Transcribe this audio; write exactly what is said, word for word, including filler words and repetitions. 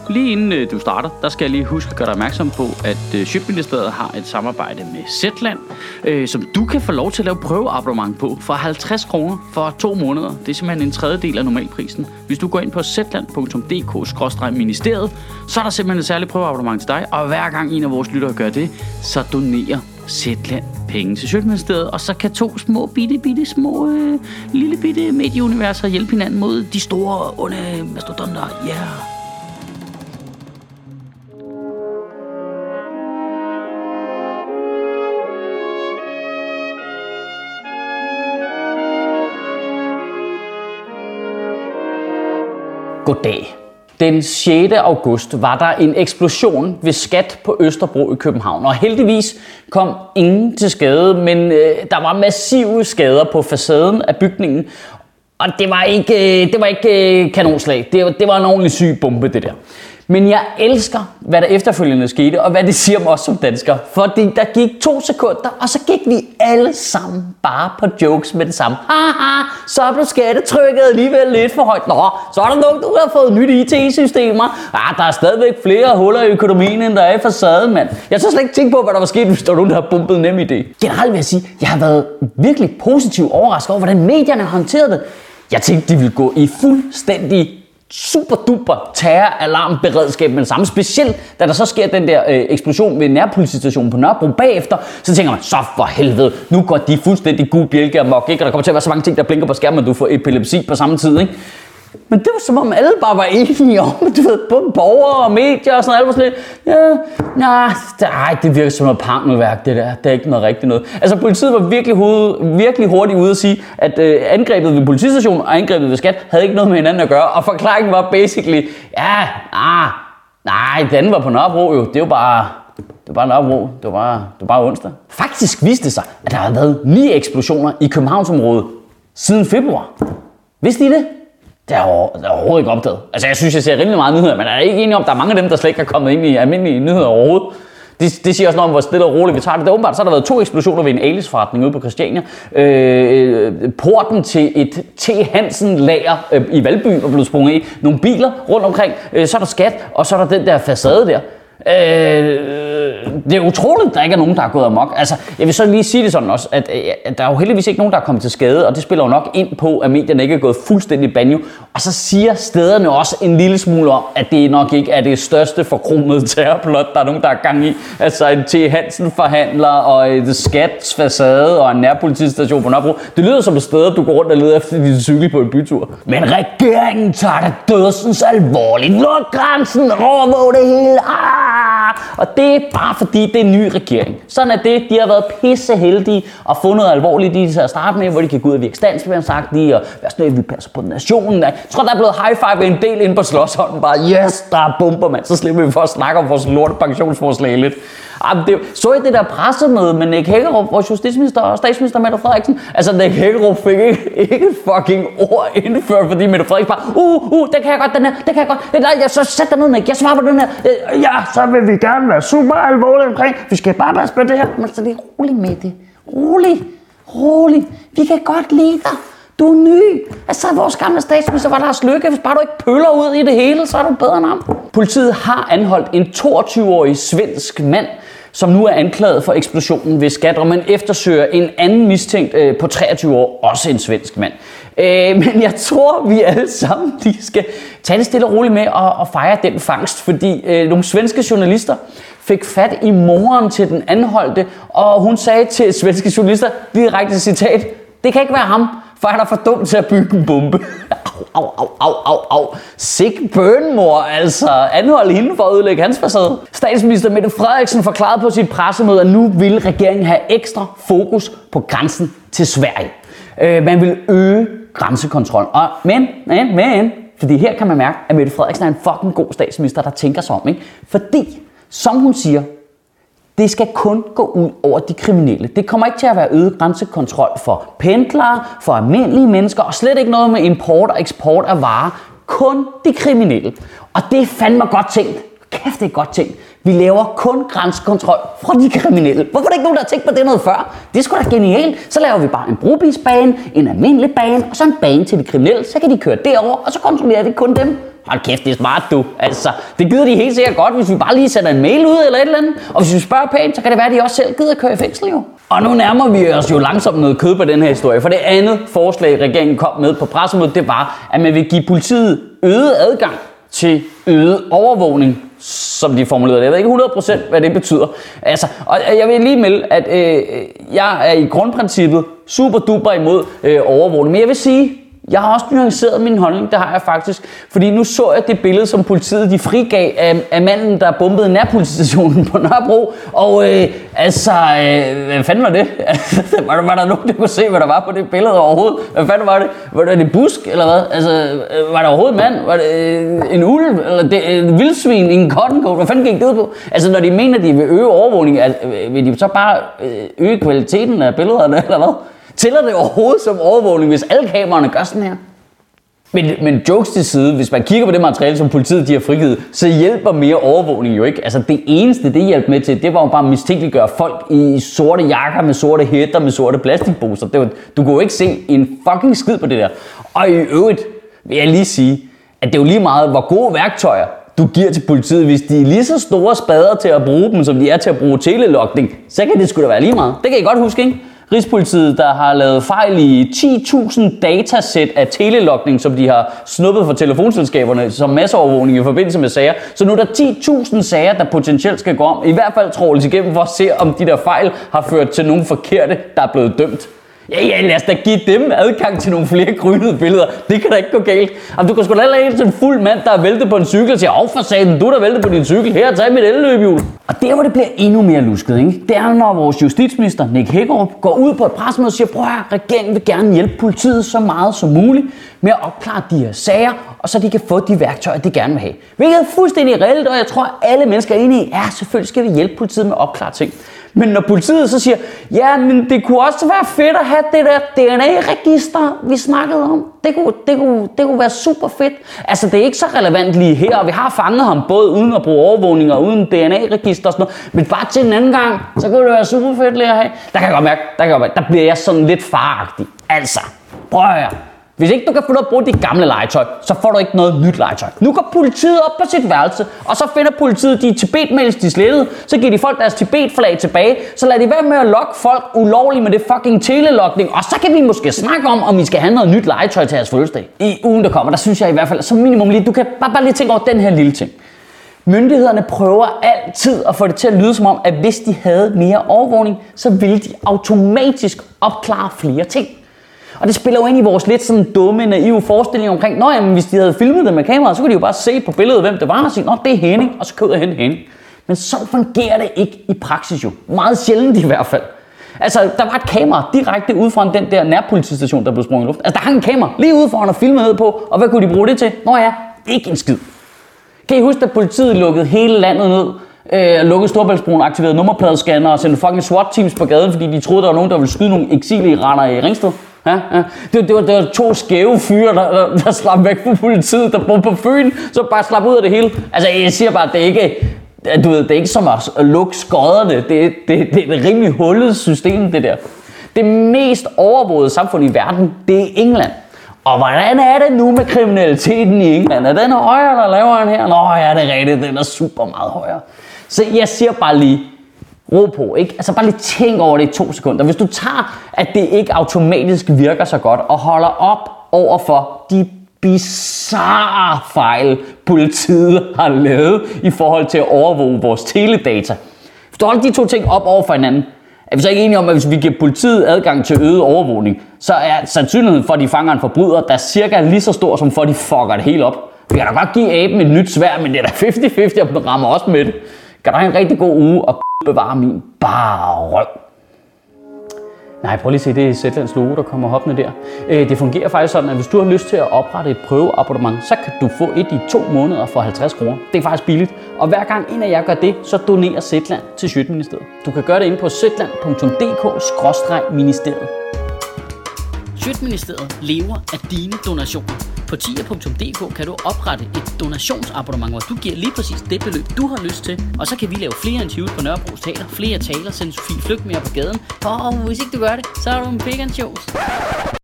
lige inden øh, du starter, der skal jeg lige huske at gøre dig opmærksom på, at øh, Sjøtministeriet har et samarbejde med Zetland, øh, som du kan få lov til at lave prøveabonnement på for halvtreds kroner for to måneder. Det er simpelthen en tredjedel af normalprisen. Hvis du går ind på zetland punktum d k skråstreg ministeriet, så er der simpelthen et særligt prøveabonnement til dig, og hver gang en af vores lyttere gør det, så donerer Zetland penge til Sjøtministeriet, og så kan to små, bitte, bitte, små, øh, lille bitte medieuniverser hjælpe hinanden mod de store, onde mastodonter. Ja. Yeah. Goddag. Den sjette august var der en eksplosion ved Skat på Østerbro i København, og heldigvis kom ingen til skade, men øh, der var massive skader på facaden af bygningen, og det var ikke, øh, det var ikke øh, kanonslag. Det var, det var en ordentlig syg bombe, det der. Men jeg elsker, hvad der efterfølgende skete, og hvad det siger om os som danskere. Fordi der gik to sekunder, og så gik vi alle sammen bare på jokes med det samme. Haha, så blev skattetrykket alligevel lidt for højt. Nå, så er der nogen, der har fået nyt I T-systemer. Ah, der er stadigvæk flere huller i økonomien, end der er i facaden, mand. Jeg har så slet ikke tænkt på, hvad der var sket, hvis der var nogen, der har bumpet nem idé. Generelt vil jeg sige, jeg har været virkelig positivt overrasket over, hvordan medierne har håndteret det. Jeg tænkte, de ville gå i fuldstændig super duper terror-alarmberedskab med det samme. Specielt da der så sker den der øh, eksplosion ved nærpolitistationen på Nørrebro bagefter, så tænker man, så for helvede, nu går de fuldstændig gul bjælke amok, ikke? Og der kommer til at være så mange ting, der blinker på skærmen, og du får epilepsi på samme tid, ikke? Men det var som om alle bare var enige om, du ved, både borgere og medier og sådan noget. Alle var sådan lidt, ja, nej, nej, det virker som noget pangelværk, det der. Det er ikke noget rigtigt noget. Altså, politiet var virkelig, hoved, virkelig hurtigt ude at sige, at øh, angrebet ved politistationen og angrebet ved Skat havde ikke noget med hinanden at gøre. Og forklaringen var basically, ja, ah, nej, den var på Nørrebro jo. Det var bare, det var bare Nørrebro. Det var bare, det var bare onsdag. Faktisk viste det sig, at der havde været ni eksplosioner i Københavnsområdet siden februar. Vidste I det? Det er overhovedet ikke opdaget. Altså, jeg synes, jeg ser rimelig meget nyheder, men jeg er ikke enig om, der er mange af dem, der slet ikke er kommet ind i almindelige nyheder overhovedet. Det, det siger også noget om, hvor stille og roligt vi tager det. Der åbenbart så har der været to eksplosioner ved en Alis-forretning ude på Christiania. Øh, porten til et T. Hansen-lager øh, i Valby er blevet sprunget i. Nogle biler rundt omkring. Øh, så er der Skat, og så er der den der facade der. Øh, det er utroligt, at der ikke er nogen, der er gået amok. Altså, jeg vil så lige sige det sådan også, at, at der er jo heldigvis ikke nogen, der er kommet til skade, og det spiller jo nok ind på, at medierne ikke er gået fuldstændig banjo. Og så siger stederne også en lille smule om, at det nok ikke er det største forkromede terrorplot, der er nogen, der er gang i. Altså en T. Hansen-forhandler, og et Skats facade, og en nærpolitistation på Nørrebro. Det lyder som et sted, du går rundt og leder efter din cykel på en bytur. Men regeringen tager det dødsens alvorligt. Luk grænsen, overvåg det hele. Ah! Og det er bare fordi, det er en ny regering. Sådan er det. De har været pisseheldige og fundet alvorligt i til at starte med, hvor de kan gå ud og virke standsbærensagtige og være sådan noget, vi passer på nationen. Jeg tror, der er blevet high-five en del inde på Slotshånden. Bare, yes, der er bomber, mand. Så slipper vi for at snakke om vores lorte pensionsforslag lidt. Det, så I det der pressemøde med Nick Hækkerup, vores justitsminister og statsminister Mette Frederiksen? Altså, Nick Hækkerup fik ikke, ikke et fucking ord indført, fordi Mette Frederiksen bare, uh, uh, det kan jeg godt, den her, det kan jeg godt. Det der, jeg, så sæt dig ned, Nick, jeg svarer på den her. Ja, så vil vi gerne være super alvorlige omkring. Vi skal bare passe på det her. Men så det er roligt med det. Rolig, rolig. Vi kan godt lide dig. Du er ny. Altså, vores gamle statsminister var Lars Løkke. Hvis bare du ikke pøller ud i det hele, så er du bedre end ham. Politiet har anholdt en toogtyve-årig svensk mand, som nu er anklaget for eksplosionen ved Skat, og man eftersøger en anden mistænkt øh, på treogtyve år, også en svensk mand. Øh, men jeg tror, vi alle sammen lige skal tage det stille og roligt med at, at fejre den fangst, fordi øh, nogle svenske journalister fik fat i moren til den anholdte, og hun sagde til svenske journalister, direkte citat, det kan ikke være ham, for han er for dum til at bygge en bombe. Au, au, au, au, au. Sick burn, mor. Altså, anholde hende for at ødelægge hans facade. Statsminister Mette Frederiksen forklarede på sit pressemøde, at nu vil regeringen have ekstra fokus på grænsen til Sverige. Øh, man vil øge grænsekontrol. Og, men, men, men, fordi her kan man mærke, at Mette Frederiksen er en fucking god statsminister, der tænker sig om, ikke? Fordi, som hun siger, det skal kun gå ud over de kriminelle. Det kommer ikke til at være øget grænsekontrol for pendlere, for almindelige mennesker, og slet ikke noget med import og eksport af varer. Kun de kriminelle. Og det er fandme godt tænkt. Kæft, det er godt tænkt. Vi laver kun grænsekontrol fra de kriminelle. Hvorfor er der ikke nogen, der har tænkt på det noget før? Det er sgu da genialt. Så laver vi bare en brobilsbane, en almindelig bane, og så en bane til de kriminelle. Så kan de køre derover, og så kontrollerer vi kun dem. Hold kæft, det er smart, du. Altså, det gider de helt sikkert godt, hvis vi bare lige sætter en mail ud eller et eller andet. Og hvis vi spørger pænt, så kan det være, at de også selv gider køre i fængsel, jo. Og nu nærmer vi os jo langsomt noget kød på den her historie. For det andet forslag, regeringen kom med på pressemødet, det var, at man vil give politiet øget adgang til øget overvågning, som de formulerede det. Jeg ved ikke hundrede procent, hvad det betyder. Altså, og jeg vil lige melde, at øh, jeg er i grundprincippet super duper imod øh, overvågning. Men jeg vil sige, jeg har også nuanceret min holdning, det har jeg faktisk. Fordi nu så jeg det billede, som politiet de frigav af, af manden, der bombede nærpolitistationen på Nørrebro. Og øh, altså, øh, hvad fanden var det? var, der var der nogen, der kunne se, hvad der var på det billede overhovedet? Hvad fanden var det? Var det en busk, eller hvad? Altså, var der overhovedet en mand? Var det øh, en ulv? Eller det, en vildsvin i en cotton coat? Hvad fanden gik det ud på? Altså, når de mener, at de vil øge overvågning, vil de så bare øge kvaliteten af billederne, eller hvad? Tæller det overhovedet som overvågning, hvis alle kameraerne gør sådan her? Men, men jokes til side, hvis man kigger på det materiale, som politiet de har frigivet, så hjælper mere overvågning jo ikke. Altså det eneste, det hjalp med til, det var jo bare at mistænkeliggøre folk i sorte jakker med sorte hætter med sorte plastikposer. Det var, du kunne jo ikke se en fucking skid på det der. Og i øvrigt vil jeg lige sige, at det er jo lige meget, hvor gode værktøjer du giver til politiet. Hvis de er lige så store spader til at bruge dem, som de er til at bruge telelogning, så kan det sgu da være lige meget. Det kan I godt huske, ikke? Rigspolitiet, der har lavet fejl i ti tusind datasæt af telelogning, som de har snuppet fra telefonselskaberne som masseovervågning i forbindelse med sager. Så nu er der ti tusind sager, der potentielt skal gå om. I hvert fald tråles igennem for at se, om de der fejl har ført til nogle forkerte, der er blevet dømt. Ja, ja, lad os da give dem adgang til nogle flere grynede billeder. Det kan da ikke gå galt. Om du kan sgu da heller ikke til en fuld mand, der er væltet på en cykel og siger, åh for satan, du er der væltet på din cykel. Her, tag mit elløbehjul. Og der, hvor det bliver endnu mere lusket, ikke? Det er, når vores justitsminister, Nick Hækkerup, går ud på et pressemøde og siger, prøv at regeringen vil gerne hjælpe politiet så meget som muligt med at opklare de her sager, og så de kan få de værktøjer, de gerne vil have. Hvilket er fuldstændig reelt, og jeg tror, at alle mennesker er enige i, ja, selvfølgelig skal vi hjælpe politiet med at opklare ting. Men når politiet så siger, ja, men det kunne også være fedt at have det der D N A-register, vi snakkede om. Det kunne, det, kunne, det kunne være super fedt. Altså, det er ikke så relevant lige her, og vi har fanget ham både uden at bruge overvågning og uden D N A-register og sådan noget. Men bare til en anden gang, så kunne det være super fedt lige at have. Der kan jeg godt mærke, der, kan jeg godt mærke, der bliver jeg sådan lidt faragtig. Altså, prøv at høre. Hvis ikke du kan få noget at bruge dit gamle legetøj, så får du ikke noget nyt legetøj. Nu går politiet op på sit værelse, og så finder politiet de Tibet-mails, de slettede. Så giver de folk deres Tibet-flag tilbage. Så lad de være med at lokke folk ulovligt med det fucking telelogning. Og så kan vi måske snakke om, om I skal have noget nyt legetøj til jeres fødselsdag. I ugen, der kommer, der synes jeg i hvert fald, som minimum lige, du kan bare, bare lige tænke over den her lille ting. Myndighederne prøver altid at få det til at lyde som om, at hvis de havde mere overvågning, så ville de automatisk opklare flere ting. Og det spiller jo ind i vores lidt sådan dumme, naive forestilling omkring, nå jamen, hvis de havde filmet det med kameraet, så kunne de jo bare se på billedet, hvem det var, og sige, nå, det er Henning, og så kan ud og hente Henning. Men så fungerer det ikke i praksis jo. Meget sjældent i hvert fald. Altså, der var et kamera direkte ude foran den der nærpolitistation, der blev sprunget i luften. Altså, der hang en kamera lige ude foran og filmede ned på, og hvad kunne de bruge det til? Nå ja, ikke en skid. Kan I huske, at politiet lukkede hele landet ned? Øh, lukkede Storebæltsbroen, aktiverede nummerpladescanner og sendte fucking SWAT-teams på gaden, fordi de troede, der var nogen, der ville skyde nogle eksil-iraner i Ringsted. Ja, ja. Det, det, var, det var to skæve fyre, der, der, der slap væk fra politiet, der boede på Fyn, så bare slap ud af det hele. Altså, jeg siger bare, det er ikke, du ved, det er ikke som at lukke skodderne. Det, det, det er et rimelig hullet system, det der. Det mest overvågede samfund i verden, det er England. Og hvordan er det nu med kriminaliteten i England? Er den højere eller lavere end her? Nå ja, det er rigtigt, den er super meget højere. Så jeg siger bare lige, ro på, ikke? Altså bare lige tænk over det i to sekunder. Hvis du tager, at det ikke automatisk virker så godt, og holder op over for de bizarre fejl, politiet har lavet i forhold til at overvåge vores teledata. Hvis du holder de to ting op over for hinanden, er vi så ikke enige om, at hvis vi giver politiet adgang til øget overvågning, så er sandsynligheden for, at de fanger en forbryder, der er cirka lige så stor, som for, at de fucker det hele op. Vi kan da godt give aben et nyt sværd, men det er da halvtreds halvtreds, og rammer også med det. Kan du have en rigtig god uge og bevare min bare røv? Nej, prøv lige at se, det er Zetlands logo, der kommer hoppende der. Det fungerer faktisk sådan, at hvis du har lyst til at oprette et prøveabonnement, så kan du få et i to måneder for halvtreds kroner. Det er faktisk billigt. Og hver gang en af jer gør det, så donerer Zetland til Sjøtministeriet. Du kan gøre det inde på zetland punktum d k skråstreg ministeriet. Sjøtministeriet lever af dine donationer. På tier punktum d k kan du oprette et donationsabonnement, hvor du giver lige præcis det beløb, du har lyst til. Og så kan vi lave flere interviews på Nørrebros Teater, flere taler, sende Sofie Flygt mere på gaden. Og hvis ikke du gør det, så er du en pig and shows.